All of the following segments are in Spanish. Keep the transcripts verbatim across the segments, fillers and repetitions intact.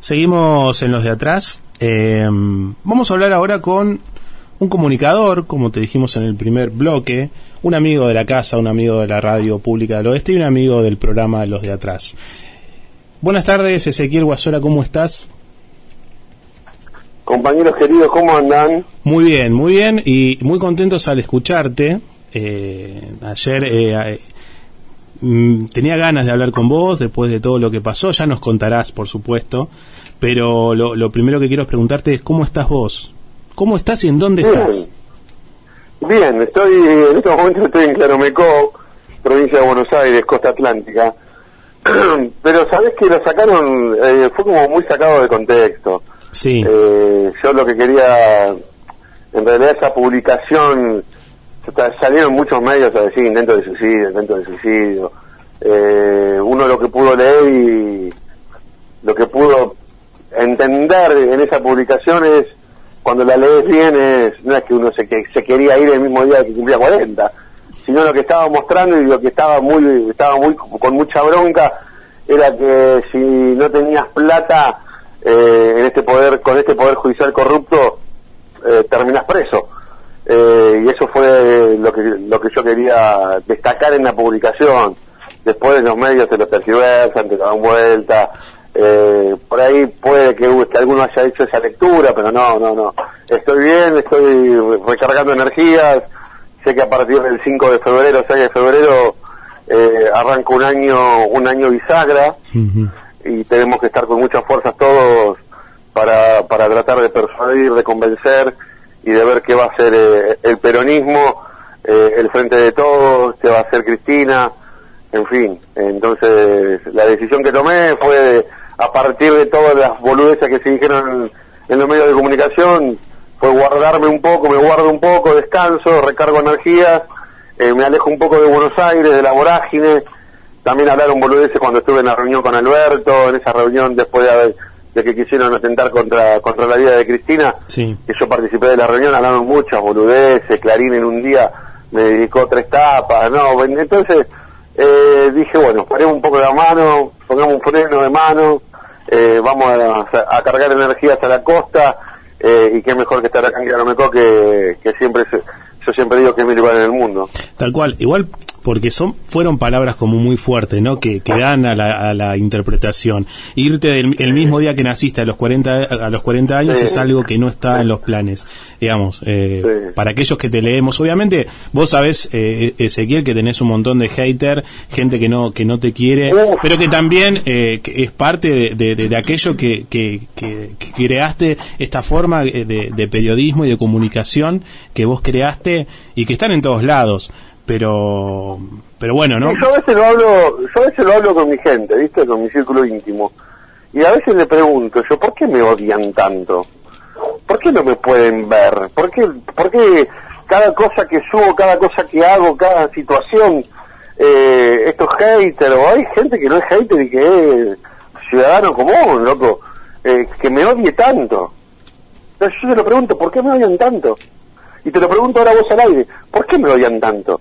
Seguimos en los de atrás. Eh, vamos a hablar ahora con un comunicador, como te dijimos en el primer bloque, un amigo de la casa, un amigo de la radio pública del oeste y un amigo del programa Los de Atrás. Buenas tardes, Ezequiel Guasola, ¿cómo estás? Compañeros queridos, ¿cómo andan? Muy bien, muy bien y muy contentos al escucharte. Eh, ayer eh, eh, tenía ganas de hablar con vos después de todo lo que pasó, ya nos contarás, por supuesto, pero lo, lo primero que quiero preguntarte es ¿cómo estás vos? ¿Cómo estás y en dónde bien. estás? Bien, estoy, en estos momentos estoy en Claromecó, provincia de Buenos Aires, costa atlántica, pero sabés que lo sacaron, eh, fue como muy sacado de contexto. Sí. Eh, yo lo que quería, en realidad esa publicación, salieron muchos medios a decir intento de suicidio, intento de suicidio. Eh, uno lo que pudo leer y lo que pudo entender en esa publicación es, cuando la lees bien, es, no es que uno se, que, se quería ir el mismo día que cumplía cuarenta, sino lo que estaba mostrando y lo que estaba muy, estaba muy con mucha bronca era que si no tenías plata eh, en este poder, con este poder judicial corrupto, eh, terminás preso. Eh, y eso fue lo que lo que yo quería destacar en la publicación. Después en los medios te lo tergiversan, te lo dan vuelta. Eh, por ahí puede que, que alguno haya hecho esa lectura, pero no, no, no. Estoy bien, estoy recargando energías. Sé que a partir del cinco de febrero, seis de febrero, eh, arranca un año, un año bisagra, uh-huh. Y tenemos que estar con muchas fuerzas todos para, para tratar de persuadir, de convencer y de ver qué va a ser eh, el peronismo, eh, el Frente de Todos, qué va a hacer Cristina, en fin. Entonces, la decisión que tomé fue, de, a partir de todas las boludeces que se dijeron en, en los medios de comunicación, fue guardarme un poco, me guardo un poco, descanso, recargo energías, eh, me alejo un poco de Buenos Aires, de la vorágine. También hablaron boludeces cuando estuve en la reunión con Alberto, en esa reunión después de haber... de que quisieron atentar contra contra la vida de Cristina, sí. Que yo participé de la reunión, hablaron muchas boludeces, Clarín en un día me dedicó tres tapas, no, entonces eh, dije, bueno, paremos un poco la mano, pongamos un freno de mano, eh, vamos a, a cargar energías a la costa, eh, y qué mejor que estar acá en Claromecó, que, que siempre se, yo siempre digo que es mi lugar en el mundo. Tal cual, igual porque son fueron palabras como muy fuertes, ¿no? Que, que dan a la, a la interpretación. Irte del, el mismo día que naciste a los cuarenta a los cuarenta años, sí. Es algo que no está en los planes, digamos. Eh, sí. Para aquellos que te leemos, obviamente, vos sabés, eh, Ezequiel, que tenés un montón de hater, gente que no que no te quiere, Uf. Pero que también eh, que es parte de, de, de, de aquello que, que, que, que creaste, esta forma de, de periodismo y de comunicación que vos creaste y que están en todos lados. Pero pero bueno, ¿no? Sí, yo a veces lo hablo, yo a veces lo hablo con mi gente, ¿viste? Con mi círculo íntimo. Y a veces le pregunto, yo, ¿por qué me odian tanto? ¿Por qué no me pueden ver? ¿Por qué, por qué cada cosa que subo, cada cosa que hago, cada situación, eh, estos haters, o hay gente que no es hater y que es ciudadano común, loco, eh, que me odie tanto? Entonces yo se lo pregunto, ¿por qué me odian tanto? Y te lo pregunto ahora vos al aire, ¿por qué me odian tanto?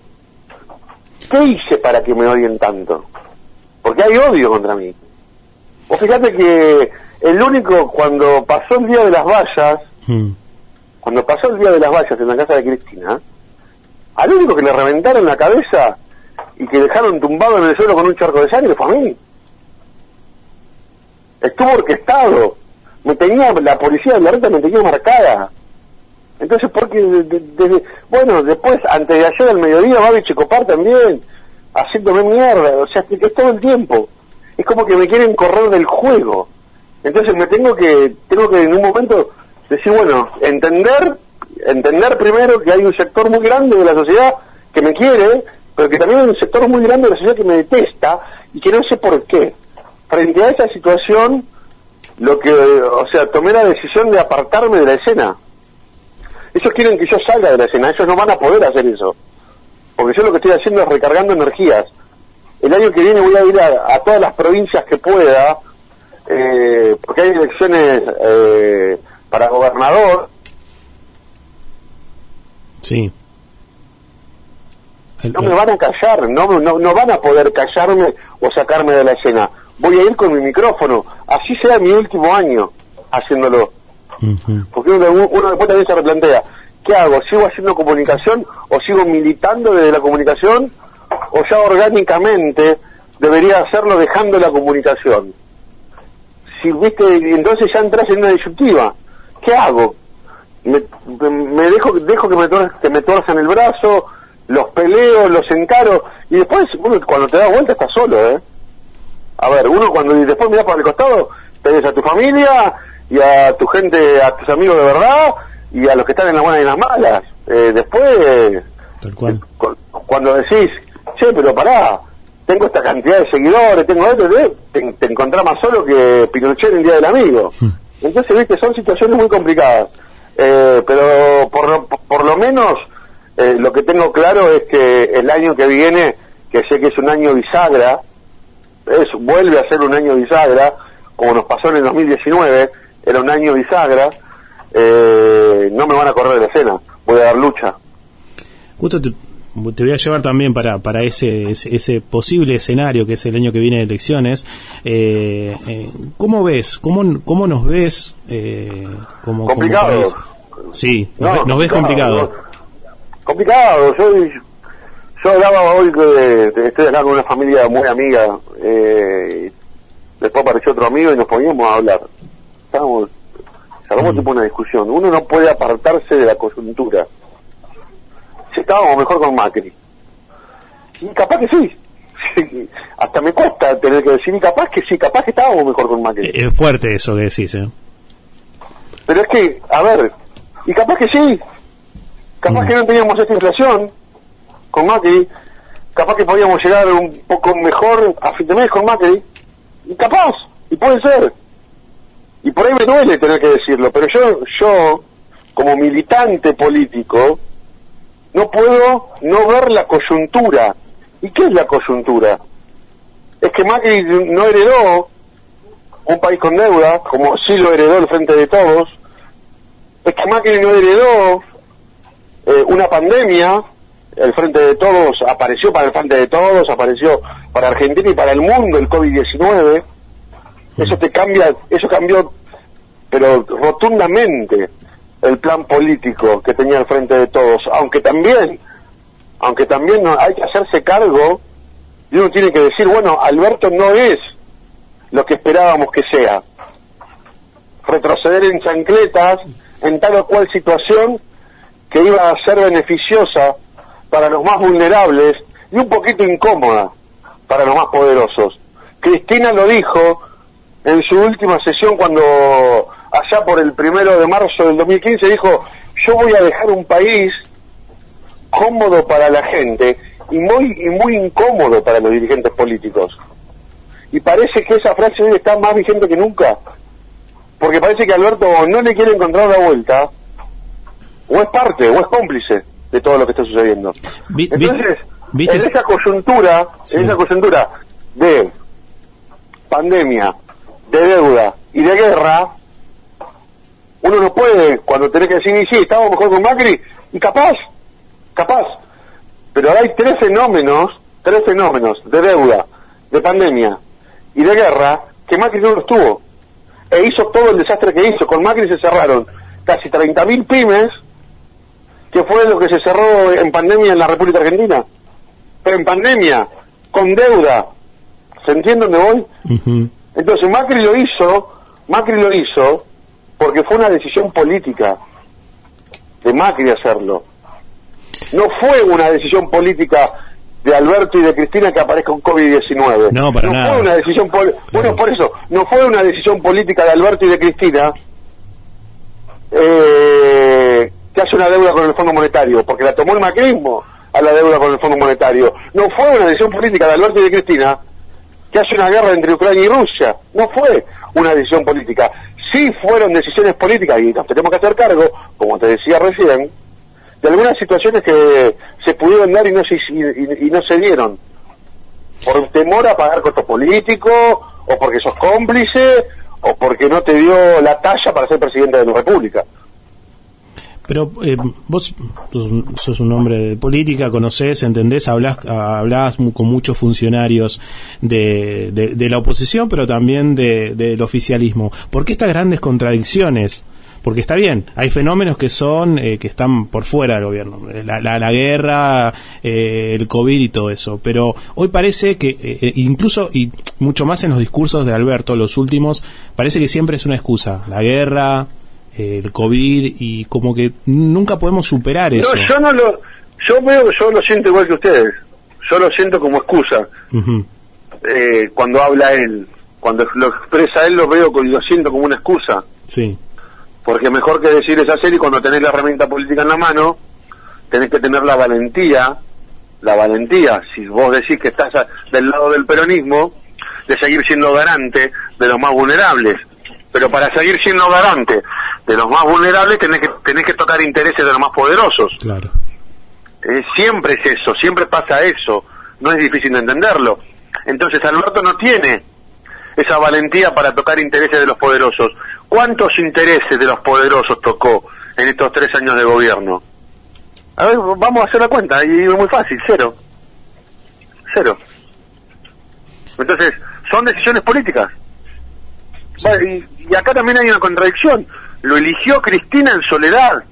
¿Qué hice para que me odien tanto? Porque hay odio contra mí. Vos fíjate que el único, cuando pasó el día de las vallas, hmm. cuando pasó el día de las vallas en la casa de Cristina, al único que le reventaron la cabeza y que dejaron tumbado en el suelo con un charco de sangre fue a mí. Estuvo orquestado. Me tenía, la policía de la reta me tenía marcada. Entonces, porque, de, de, de, bueno, después, antes de ayer al mediodía, Babi Checopar también, haciéndome mierda, o sea, es todo el tiempo. Es como que me quieren correr del juego. Entonces me tengo que, tengo que en un momento decir, bueno, entender, entender primero que hay un sector muy grande de la sociedad que me quiere, pero que también hay un sector muy grande de la sociedad que me detesta, y que no sé por qué. Frente a esa situación, lo que, o sea, tomé la decisión de apartarme de la escena. Ellos quieren que yo salga de la escena, ellos no van a poder hacer eso, porque yo lo que estoy haciendo es recargando energías. El año que viene voy a ir a, a todas las provincias que pueda, eh, porque hay elecciones eh, para gobernador. Sí. El, no me van a callar, no, no, no van a poder callarme o sacarme de la escena. voy a ir con mi micrófono, así sea mi último año haciéndolo. Uh-huh. Porque uno, uno después también se replantea, ¿qué hago? ¿Sigo haciendo comunicación o sigo militando desde la comunicación o ya orgánicamente debería hacerlo dejando la comunicación? Si viste, entonces ya entras en una disyuntiva. ¿Qué hago? Me, me dejo dejo que me, tor que me torzan el brazo, los peleo, los encaro, y después uno cuando te das vuelta estás solo, ¿eh? A ver, uno cuando y después mirás para el costado, te ves a tu familia y a tu gente, a tus amigos de verdad y a los que están en las buenas y en las malas. Eh, después, Tal cual. Eh, cuando decís, che, pero pará, tengo esta cantidad de seguidores, tengo esto, te, te encontrás más solo que Pinochet en el Día del Amigo. Hmm. Entonces, viste, son situaciones muy complicadas. Eh, pero por lo, por lo menos eh, lo que tengo claro es que el año que viene, que sé que es un año bisagra, es, vuelve a ser un año bisagra, como nos pasó en el dos mil diecinueve, era un año bisagra, eh, no me van a correr de la escena, voy a dar lucha. Justo te, te voy a llevar también para para ese, ese ese posible escenario que es el año que viene de elecciones. Eh, eh, ¿Cómo ves? ¿Cómo cómo nos ves? Eh, como, complicado. Como sí, nos, no, nos ves complicado. No. Complicado. Yo yo hablaba hoy que estoy hablando con una familia muy amiga. Eh, después apareció otro amigo y nos poníamos a hablar. Estábamos, salgamos mm. tipo una discusión. Uno no puede apartarse de la coyuntura. Si estábamos mejor con Macri. Y capaz que sí. Hasta me cuesta tener que decir, y capaz que sí, capaz que estábamos mejor con Macri. Es fuerte eso que decís, ¿eh? Pero es que, a ver, y capaz que sí. Capaz mm. que no teníamos esta inflación con Macri. Capaz que podíamos llegar un poco mejor a fin de mes con Macri. Y capaz, y puede ser. Y por ahí me duele tener que decirlo, pero yo, yo como militante político, no puedo no ver la coyuntura. ¿Y qué es la coyuntura? Es que Macri no heredó un país con deuda, como sí lo heredó el Frente de Todos. Es que Macri no heredó eh, una pandemia. El Frente de Todos apareció para el Frente de Todos, apareció para Argentina y para el mundo el COVID diecinueve. Eso te cambia, eso cambió, pero rotundamente, el plan político que tenía el Frente de Todos, aunque también, aunque también no, hay que hacerse cargo, y uno tiene que decir, bueno, Alberto no es lo que esperábamos que sea. Retroceder en chancletas, en tal o cual situación que iba a ser beneficiosa para los más vulnerables y un poquito incómoda para los más poderosos. Cristina lo dijo en su última sesión cuando allá por el primero de marzo del dos mil quince dijo, yo voy a dejar un país cómodo para la gente y muy y muy incómodo para los dirigentes políticos. Y parece que esa frase hoy está más vigente que nunca, porque parece que Alberto no le quiere encontrar la vuelta, o es parte, o es cómplice de todo lo que está sucediendo. Vi, Entonces, vi, en esa coyuntura, sí. en esa coyuntura de pandemia, de deuda y de guerra, uno no puede, cuando tenés que decir, sí, estamos mejor con Macri, y capaz, capaz, pero hay tres fenómenos, tres fenómenos de deuda, de pandemia y de guerra, que Macri no los tuvo, e hizo todo el desastre que hizo. Con Macri se cerraron casi treinta mil pymes, que fue lo que se cerró en pandemia en la República Argentina, pero en pandemia, con deuda, ¿se entiende dónde voy? Uh-huh. Entonces Macri lo hizo, Macri lo hizo porque fue una decisión política de Macri hacerlo. No fue una decisión política de Alberto y de Cristina que aparezca un COVID diecinueve. No, para no nada. Fue una decisión pol- bueno, por eso, no fue una decisión política de Alberto y de Cristina eh, que hace una deuda con el Fondo Monetario, porque la tomó el macrismo a la deuda con el Fondo Monetario. No fue una decisión política de Alberto y de Cristina que hace una guerra entre Ucrania y Rusia. No fue una decisión política. Sí fueron decisiones políticas, y nos tenemos que hacer cargo, como te decía recién, de algunas situaciones que se pudieron dar y no se, y, y no se dieron. Por temor a pagar costos políticos, o porque sos cómplice, o porque no te dio la talla para ser presidente de la República. Pero eh, vos sos un hombre de política, conocés, entendés, hablás, hablás con muchos funcionarios de, de, de la oposición, pero también de, del oficialismo. ¿Por qué estas grandes contradicciones? Porque está bien, hay fenómenos que son eh, que están por fuera del gobierno, la, la, la guerra, eh, el COVID y todo eso, pero hoy parece que eh, incluso, y mucho más en los discursos de Alberto, los últimos, parece que siempre es una excusa, la guerra, eh, el COVID, y como que nunca podemos superar eso. No, yo no lo, yo veo que yo lo siento igual que ustedes, yo lo siento como excusa. Uh-huh. eh, cuando habla él, cuando lo expresa él, lo veo, lo siento como una excusa. Sí. Porque mejor que decir es hacer, y cuando tenés la herramienta política en la mano, tenés que tener la valentía, la valentía, si vos decís que estás a, del lado del peronismo, de seguir siendo garante de los más vulnerables. Pero para seguir siendo garante de los más vulnerables tenés que, tenés que tocar intereses de los más poderosos. Claro. Eh, siempre es eso, siempre pasa eso, no es difícil de entenderlo. Entonces Alberto no tiene esa valentía para tocar intereses de los poderosos. ¿Cuántos intereses de los poderosos tocó en estos tres años de gobierno? A ver, vamos a hacer la cuenta, y es muy fácil, cero. Cero. Entonces, son decisiones políticas. Sí. Y, y acá también hay una contradicción. Lo eligió Cristina en soledad.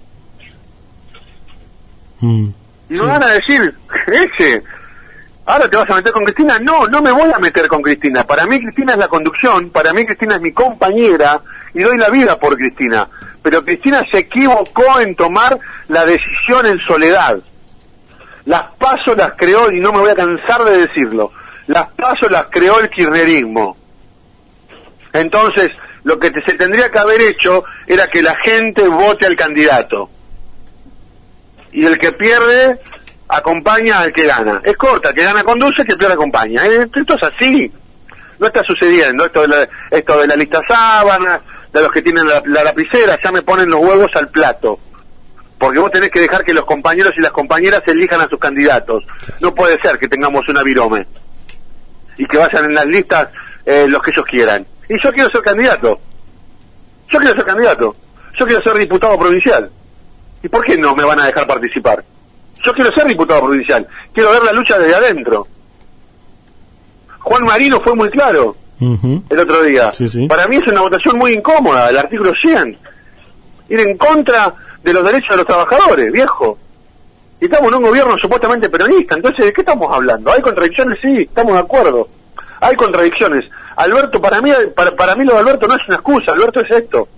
Mm. Y me sí. van a decir, ese... ¿Ahora te vas a meter con Cristina? No, no me voy a meter con Cristina. Para mí Cristina es la conducción, para mí Cristina es mi compañera y doy la vida por Cristina. Pero Cristina se equivocó en tomar la decisión en soledad. Las PASO las creó, y no me voy a cansar de decirlo, las PASO las creó el kirchnerismo. Entonces, lo que se tendría que haber hecho era que la gente vote al candidato. Y el que pierde... acompaña al que gana. Es corta, el que gana conduce, el que pierde acompaña. Esto es así. No está sucediendo. Esto de la, esto de la lista sábana, de los que tienen la, la lapicera, ya me ponen los huevos al plato. Porque vos tenés que dejar que los compañeros y las compañeras elijan a sus candidatos. No puede ser que tengamos una virome y que vayan en las listas eh, los que ellos quieran. Y yo quiero ser candidato. Yo quiero ser candidato. Yo quiero ser diputado provincial. ¿Y por qué no me van a dejar participar? Yo quiero ser diputado provincial, quiero ver la lucha desde adentro. Juan Marino fue muy claro uh-huh. el otro día. Sí, sí. Para mí es una votación muy incómoda, el artículo cien. Ir en contra de los derechos de los trabajadores, viejo. Y estamos en un gobierno supuestamente peronista, entonces ¿de qué estamos hablando? ¿Hay contradicciones? Sí, estamos de acuerdo. Hay contradicciones. Alberto, para mí, para, para mí lo de Alberto no es una excusa, Alberto es esto.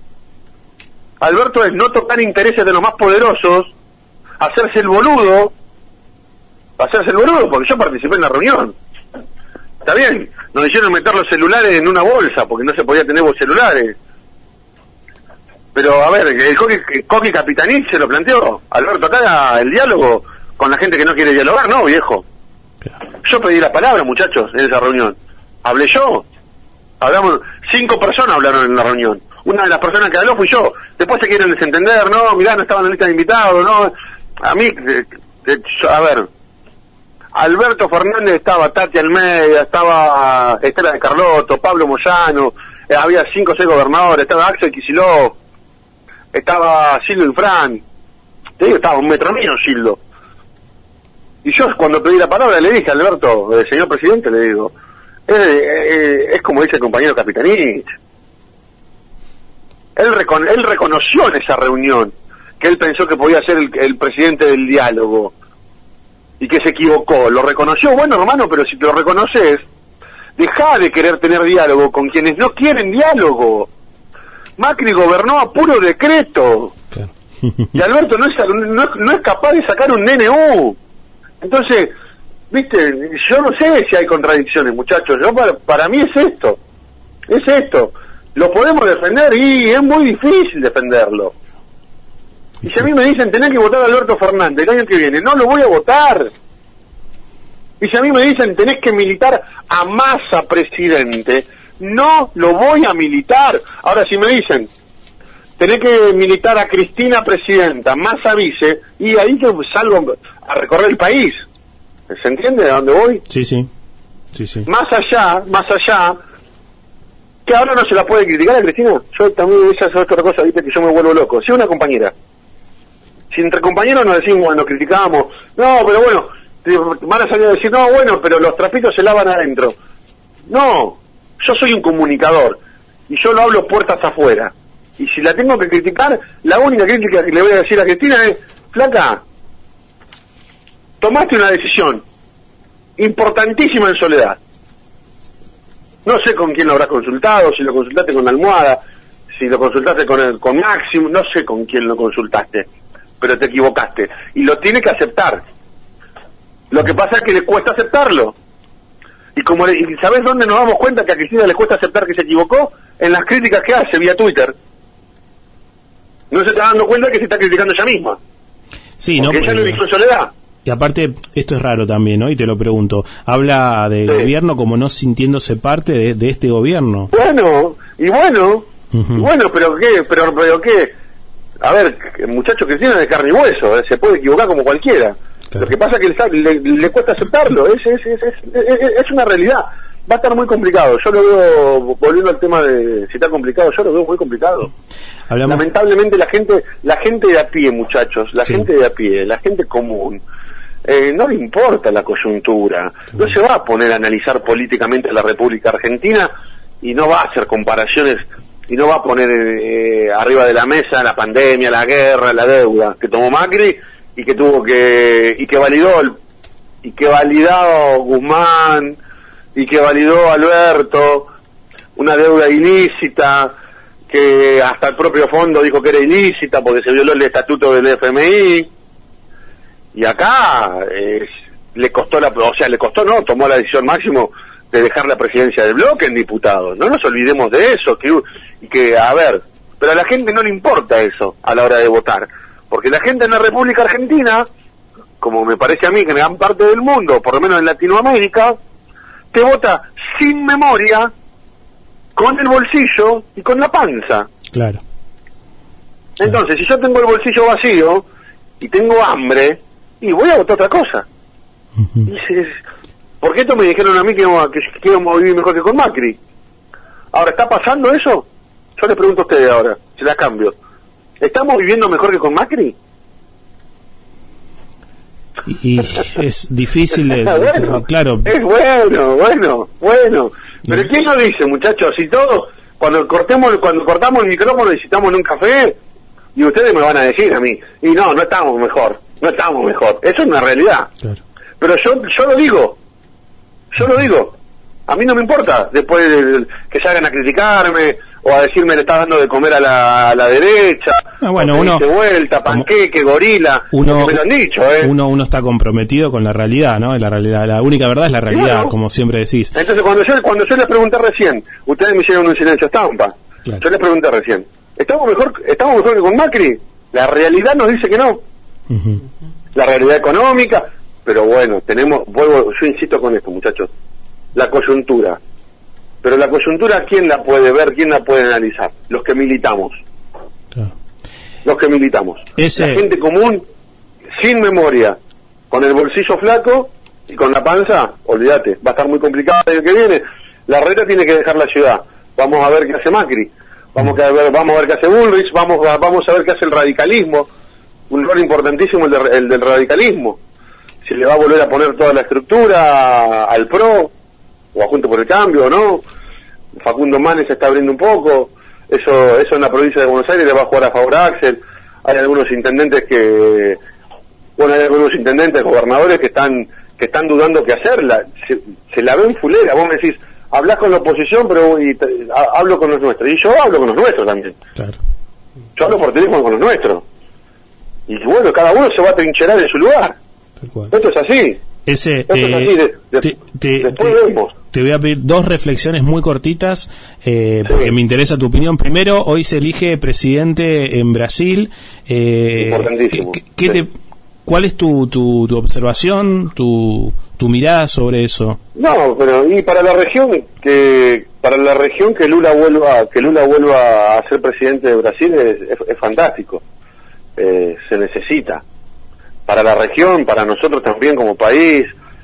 Alberto es no tocar intereses de los más poderosos, hacerse el boludo, hacerse el boludo, porque yo participé en la reunión. Está bien, nos hicieron meter los celulares en una bolsa, porque no se podía tener celulares. Pero, a ver, el Coqui, el Coqui Capitanich se lo planteó. Alberto, acá el diálogo con la gente que no quiere dialogar, no, viejo. Yo pedí la palabra, muchachos, en esa reunión. Hablé yo. Hablamos, cinco personas hablaron en la reunión. Una de las personas que habló fui yo. Después se quieren desentender, no, mirá, no estaban en la lista de invitados, no... A mí, eh, eh, a ver, Alberto Fernández estaba, Tati Almeida, estaba Estela de Carlotto, Pablo Moyano, eh, había cinco o seis gobernadores, estaba Axel Kicillof, estaba Silvio Infran, te digo, estaba un metro mío Silvio. Y yo cuando pedí la palabra le dije a Alberto, eh, señor presidente, le digo, eh, eh, es como dice el compañero Capitanich. Él, recon él reconoció en esa reunión que él pensó que podía ser el, el presidente del diálogo y que se equivocó. Lo reconoció, bueno hermano, pero si te lo reconoces, dejá de querer tener diálogo con quienes no quieren diálogo. Macri gobernó a puro decreto. Claro. Y Alberto no es, no, no es capaz de sacar un D N U. Entonces, viste, yo no sé si hay contradicciones, muchachos. Yo para, para mí es esto. Es esto. Lo podemos defender y es muy difícil defenderlo. Y si a mí me dicen tenés que votar a Alberto Fernández el año que viene, no lo voy a votar. Y si a mí me dicen tenés que militar a Massa presidente, no lo voy a militar. Ahora si me dicen tenés que militar a Cristina presidenta, Massa vice, y ahí que salgo a recorrer el país. ¿Se entiende de dónde voy? Sí, sí. sí, sí. Más allá, más allá, que ahora no se la puede criticar a Cristina. Yo también, esa es otra cosa, viste, que yo me vuelvo loco. Si una compañera Si entre compañeros nos decimos, nos criticamos, no, pero bueno, te van a salir a decir, no, bueno, pero los trapitos se lavan adentro. No, yo soy un comunicador y yo lo hablo puertas afuera. Y si la tengo que criticar, la única crítica que le voy a decir a Cristina es, flaca, tomaste una decisión importantísima en soledad. No sé con quién lo habrás consultado, si lo consultaste con la Almohada, si lo consultaste con el, con Máximo, no sé con quién lo consultaste, pero te equivocaste. Y lo tiene que aceptar. Lo que pasa es que le cuesta aceptarlo. Y como le, y ¿sabés dónde nos damos cuenta que a Cristina le cuesta aceptar que se equivocó? En las críticas que hace vía Twitter. No se está dando cuenta que se está criticando ella misma. Sí, porque no, ella lo dijo en soledad. Y aparte, esto es raro también, ¿no? Y te lo pregunto, habla de sí. gobierno como no sintiéndose parte de, de este gobierno. Bueno, y bueno, uh-huh. y bueno, pero qué, pero, pero qué, a ver, muchacho, Cristina es de carne y hueso, ¿eh? Se puede equivocar como cualquiera. Claro. Lo que pasa es que le, le, le cuesta aceptarlo, es, es, es, es, es, es una realidad. Va a estar muy complicado, yo lo veo, volviendo al tema de si está complicado, yo lo veo muy complicado. Hablamos... Lamentablemente la gente, la gente de a pie, muchachos, la sí. gente de a pie, la gente común, eh, no le importa la coyuntura, sí. no se va a poner a analizar políticamente a la República Argentina y no va a hacer comparaciones y no va a poner eh, arriba de la mesa la pandemia, la guerra, la deuda que tomó Macri y que tuvo que, y que validó, el, y que validó Guzmán, y que validó Alberto, una deuda ilícita, que hasta el propio fondo dijo que era ilícita porque se violó el estatuto del F M I, y acá eh, le costó la, o sea, le costó no, tomó la decisión Máximo de dejar la presidencia del bloque en diputados, no nos olvidemos de eso, que, y que, a ver, pero a la gente no le importa eso a la hora de votar, porque la gente en la República Argentina, como me parece a mí que en gran parte del mundo, por lo menos en Latinoamérica, te vota sin memoria, con el bolsillo y con la panza. Claro. Entonces, si yo tengo el bolsillo vacío y tengo hambre, y voy a votar otra cosa. Uh-huh. Y se, porque esto me dijeron a mí que íbamos, que, que íbamos a vivir mejor que con Macri. Ahora, ¿está pasando eso? Yo les pregunto a ustedes ahora, se las cambio. ¿Estamos viviendo mejor que con Macri? Y es difícil de, de, bueno, claro. Es bueno, bueno, bueno. Pero ¿quién lo dice, muchachos? Si todos, cuando cortemos, cuando cortamos el micrófono y citamos en un café, y ustedes me van a decir a mí, y no, no estamos mejor, no estamos mejor. Eso es una realidad. Claro. Pero yo, yo lo digo, yo lo digo. A mí no me importa después de, de, que salgan a criticarme o a decirme le está dando de comer a la, a la derecha, ah, bueno, uno de vuelta, panqueque, gorila, uno, me lo han dicho, ¿eh? Uno, uno está comprometido con la realidad, ¿no? La realidad, la única verdad es la realidad, bueno, como siempre decís. Entonces cuando yo, cuando yo les pregunté recién, ustedes me hicieron un silencio estampa, claro. Yo les pregunté recién, ¿estamos mejor, estamos mejor que con Macri? La realidad nos dice que no. Uh-huh. La realidad económica, pero bueno, tenemos, vuelvo, yo insisto con esto, muchachos, la coyuntura. Pero la coyuntura, ¿quién la puede ver? ¿Quién la puede analizar? Los que militamos. Claro. Los que militamos. Ese... La gente común, sin memoria, con el bolsillo flaco y con la panza, olvídate, va a estar muy complicado el año que viene. La Reta tiene que dejar la ciudad. Vamos a ver qué hace Macri. Vamos a ver, vamos a ver qué hace Bullrich. Vamos a, vamos a ver qué hace el radicalismo. Un rol importantísimo el, de, el del radicalismo. Si le va a volver a poner toda la estructura al PRO, o a Juntos por el Cambio, o no. Facundo Manes se está abriendo un poco, eso eso en la provincia de Buenos Aires le va a jugar a favor a Axel. Hay algunos intendentes que, bueno, hay algunos intendentes, gobernadores que están que están dudando qué hacerla, se, se la ven fulera. Vos me decís, hablás con la oposición, pero y te, a, hablo con los nuestros, y yo hablo con los nuestros también. Claro. Yo hablo por teléfono con los nuestros. Y bueno, cada uno se va a trincherar en su lugar. Esto es así. Ese, Esto eh, es así. De, de, te, te, después te, vemos. Te voy a pedir dos reflexiones muy cortitas, eh, sí. porque me interesa tu opinión. Primero, hoy se elige presidente en Brasil. Eh, Importantísimo. ¿qué, qué sí. te, ¿Cuál es tu, tu, tu observación, tu, tu mirada sobre eso? No, pero y para la región que para la región que Lula vuelva que Lula vuelva a ser presidente de Brasil es, es, es fantástico. Eh, se necesita. Para la región, para nosotros también como país,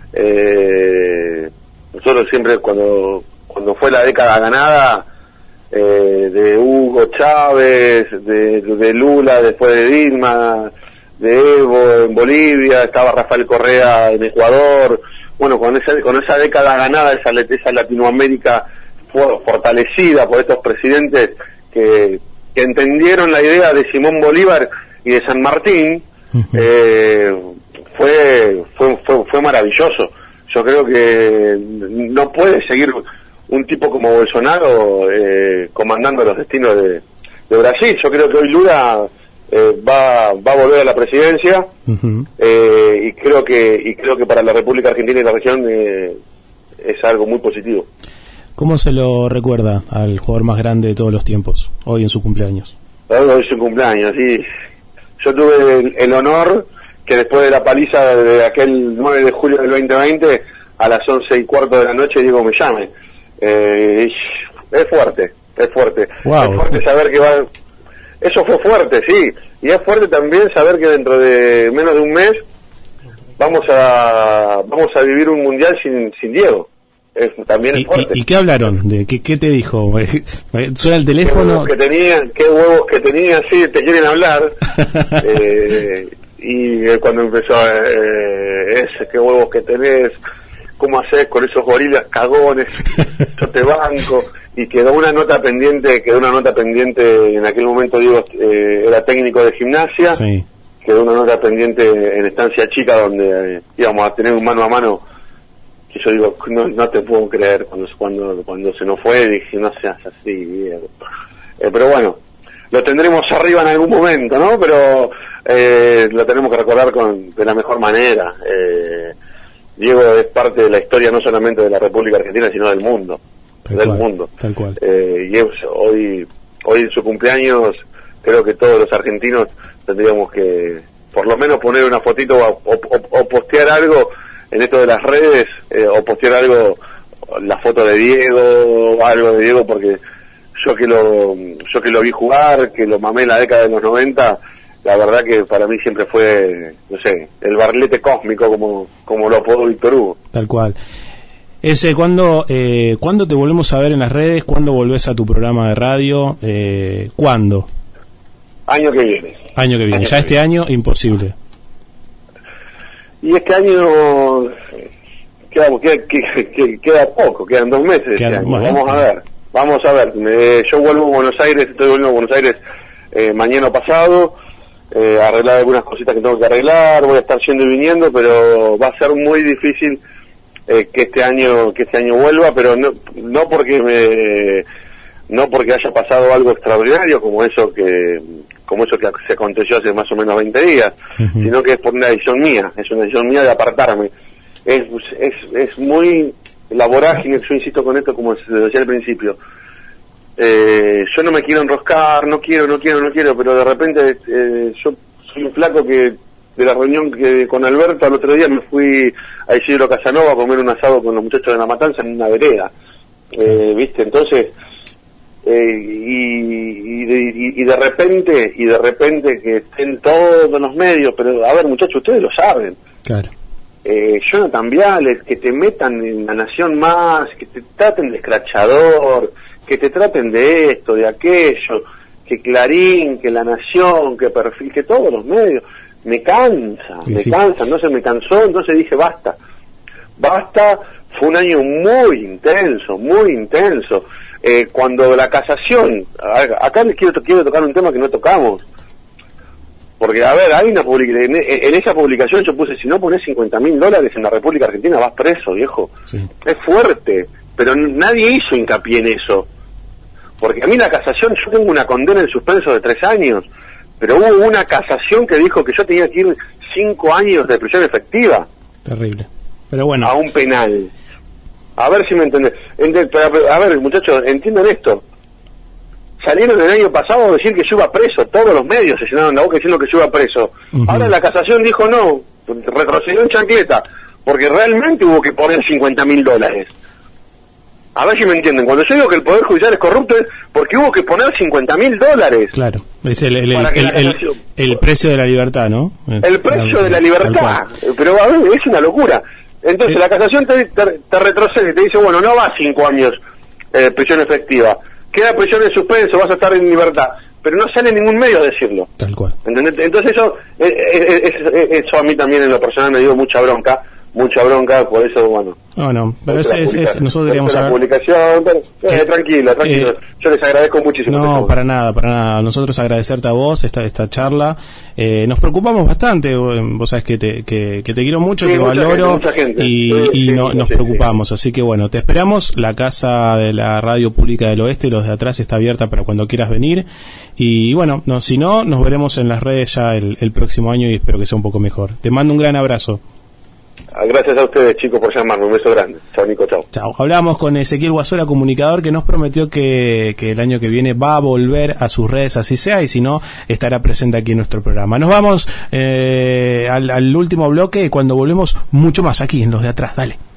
eh, nosotros siempre cuando cuando fue la década ganada eh, de Hugo Chávez, de, de Lula después de Dilma, de Evo en Bolivia, estaba Rafael Correa en Ecuador, bueno, con esa, con esa década ganada, esa, esa Latinoamérica fortalecida por estos presidentes que, que entendieron la idea de Simón Bolívar y de San Martín, uh-huh. eh, fue, fue, fue, fue maravilloso. Yo creo que no puede seguir un tipo como Bolsonaro eh, comandando los destinos de, de Brasil. Yo creo que hoy Lula eh, va, va a volver a la presidencia, uh-huh. eh, y creo que y creo que para la República Argentina y la región eh, es algo muy positivo. ¿Cómo se lo recuerda al jugador más grande de todos los tiempos, hoy en su cumpleaños? Hoy en su cumpleaños, sí. Yo tuve el, el honor que después de la paliza de aquel nueve de julio del veinte veinte, a las once y cuarto de la noche, Diego me llame. Eh, es fuerte, es fuerte. Wow. Es fuerte saber que va... Eso fue fuerte, sí. Y es fuerte también saber que dentro de menos de un mes vamos a vamos a vivir un mundial sin, sin Diego. Es, también es fuerte. ¿Y, y qué hablaron? ¿De qué, qué te dijo? ¿Suena el teléfono? ¿Qué huevos que tenía? ¿Qué huevos que tenía? Sí, te quieren hablar. eh, y cuando empezó, eh, ese, ¿qué huevos que tenés? ¿Cómo haces con esos gorilas cagones? Yo te banco. Y quedó una nota pendiente, quedó una nota pendiente, en aquel momento Diego eh, era técnico de gimnasia, sí. Quedó una nota pendiente en Estancia Chica, donde eh, íbamos a tener un mano a mano, que yo digo, no, no te puedo creer, cuando cuando cuando se nos fue, dije, no seas así, Diego. Eh, pero bueno, lo tendremos arriba en algún momento, ¿no? Pero eh, lo tenemos que recordar con de la mejor manera. Eh, Diego es parte de la historia no solamente de la República Argentina, sino del mundo. Tal del cual, mundo. Tal cual. Eh, y es, hoy, hoy en su cumpleaños, creo que todos los argentinos tendríamos que, por lo menos, poner una fotito o, o, o, o postear algo en esto de las redes, eh, o postear algo, la foto de Diego, o algo de Diego, porque yo que lo, yo que lo vi jugar, que lo mamé en la década de los noventa, la verdad que para mí siempre fue, no sé, el barlete cósmico, como, como lo apodó Víctor Hugo. Tal cual. Ese, ¿cuándo, eh, ¿cuándo te volvemos a ver en las redes? ¿Cuándo volvés a tu programa de radio? Eh, ¿Cuándo? Año que viene. Año que viene. Año ya que este viene. año, imposible. Y este año queda, queda, queda, queda poco, quedan dos meses. Quedan, este año. Bueno, vamos a ver, vamos a ver. Eh, yo vuelvo a Buenos Aires, estoy volviendo a Buenos Aires eh, mañana pasado, eh, arreglar algunas cositas que tengo que arreglar, voy a estar yendo y viniendo, pero va a ser muy difícil Eh, que este año que este año vuelva, pero no no porque me, no porque haya pasado algo extraordinario como eso que como eso que se aconteció hace más o menos veinte días, uh-huh. Sino que es por una decisión mía, es una decisión mía de apartarme. Es es es muy la vorágine, yo insisto con esto como se decía al principio. Eh, yo no me quiero enroscar, no quiero, no quiero, no quiero, pero de repente eh, yo soy un flaco que de la reunión que con Alberto al otro día me fui a Isidro Casanova a comer un asado con los muchachos de La Matanza en una vereda, eh, viste, entonces eh, y, y, de, y de repente y de repente que estén todos los medios, pero a ver muchachos, ustedes lo saben, claro. eh, Jonathan Viales, que te metan en La Nación Más, que te traten de escrachador, que te traten de esto, de aquello, que Clarín, que La Nación, que Perfil, que todos los medios. Me cansa, sí, me sí. cansa, entonces me cansó, entonces dije basta, basta, fue un año muy intenso, muy intenso, eh, cuando la casación, acá les quiero, quiero tocar un tema que no tocamos, porque a ver, hay una publicación, en, en esa publicación yo puse, si no pones cincuenta mil dólares en la República Argentina vas preso, viejo, sí. Es fuerte, pero nadie hizo hincapié en eso, porque a mí la casación, yo tengo una condena en suspenso de tres años, pero hubo una casación que dijo que yo tenía que ir cinco años de prisión efectiva. Terrible. Pero bueno. A un penal. A ver si me entendés. A ver, muchachos, entiendan esto. Salieron el año pasado a decir que yo iba preso. Todos los medios se llenaron la boca diciendo que yo iba preso. Uh-huh. Ahora la casación dijo no. Retrocedió en chancleta. Porque realmente hubo que poner cincuenta mil dólares. A ver si me entienden. Cuando yo digo que el Poder Judicial es corrupto es porque hubo que poner cincuenta mil dólares. Claro, es el, el, el, el, el, el precio de la libertad, ¿no? El precio de la libertad. Pero a ver, es una locura. Entonces eh. la casación te, te, te retrocede y te dice, bueno, no va cinco años eh, prisión efectiva. Queda prisión en suspenso, vas a estar en libertad. pero no sale en ningún medio a decirlo. Tal cual. ¿Entendés? Entonces eso, es, es, es, eso a mí también en lo personal me dio mucha bronca, mucha bronca, por eso, bueno. No, no, pero es, es, es, nosotros deberíamos la haber... publicación, pero, eh, eh, tranquilo, tranquilo. Eh, yo les agradezco muchísimo. No, para nada, para nada. Nosotros agradecerte a vos esta esta charla. Eh, nos preocupamos bastante, vos sabés que te, que, que te quiero mucho, sí, te mucha valoro gente, mucha gente. y, sí, y sí, no, sí, nos sí, preocupamos. Sí. Así que bueno, te esperamos. La casa de la Radio Pública del Oeste, los de atrás, está abierta para cuando quieras venir. Y bueno, no, si no, nos veremos en las redes ya el, el próximo año y espero que sea un poco mejor. Te mando un gran abrazo. Gracias a ustedes, chicos, por llamarme. Un beso grande. Chao, Nico, chao. Chao. Hablamos con Ezequiel Guasola, comunicador, que nos prometió que, que el año que viene va a volver a sus redes, así sea, y si no, estará presente aquí en nuestro programa. Nos vamos eh, al, al último bloque y cuando volvemos, mucho más aquí en Los de Atrás. Dale.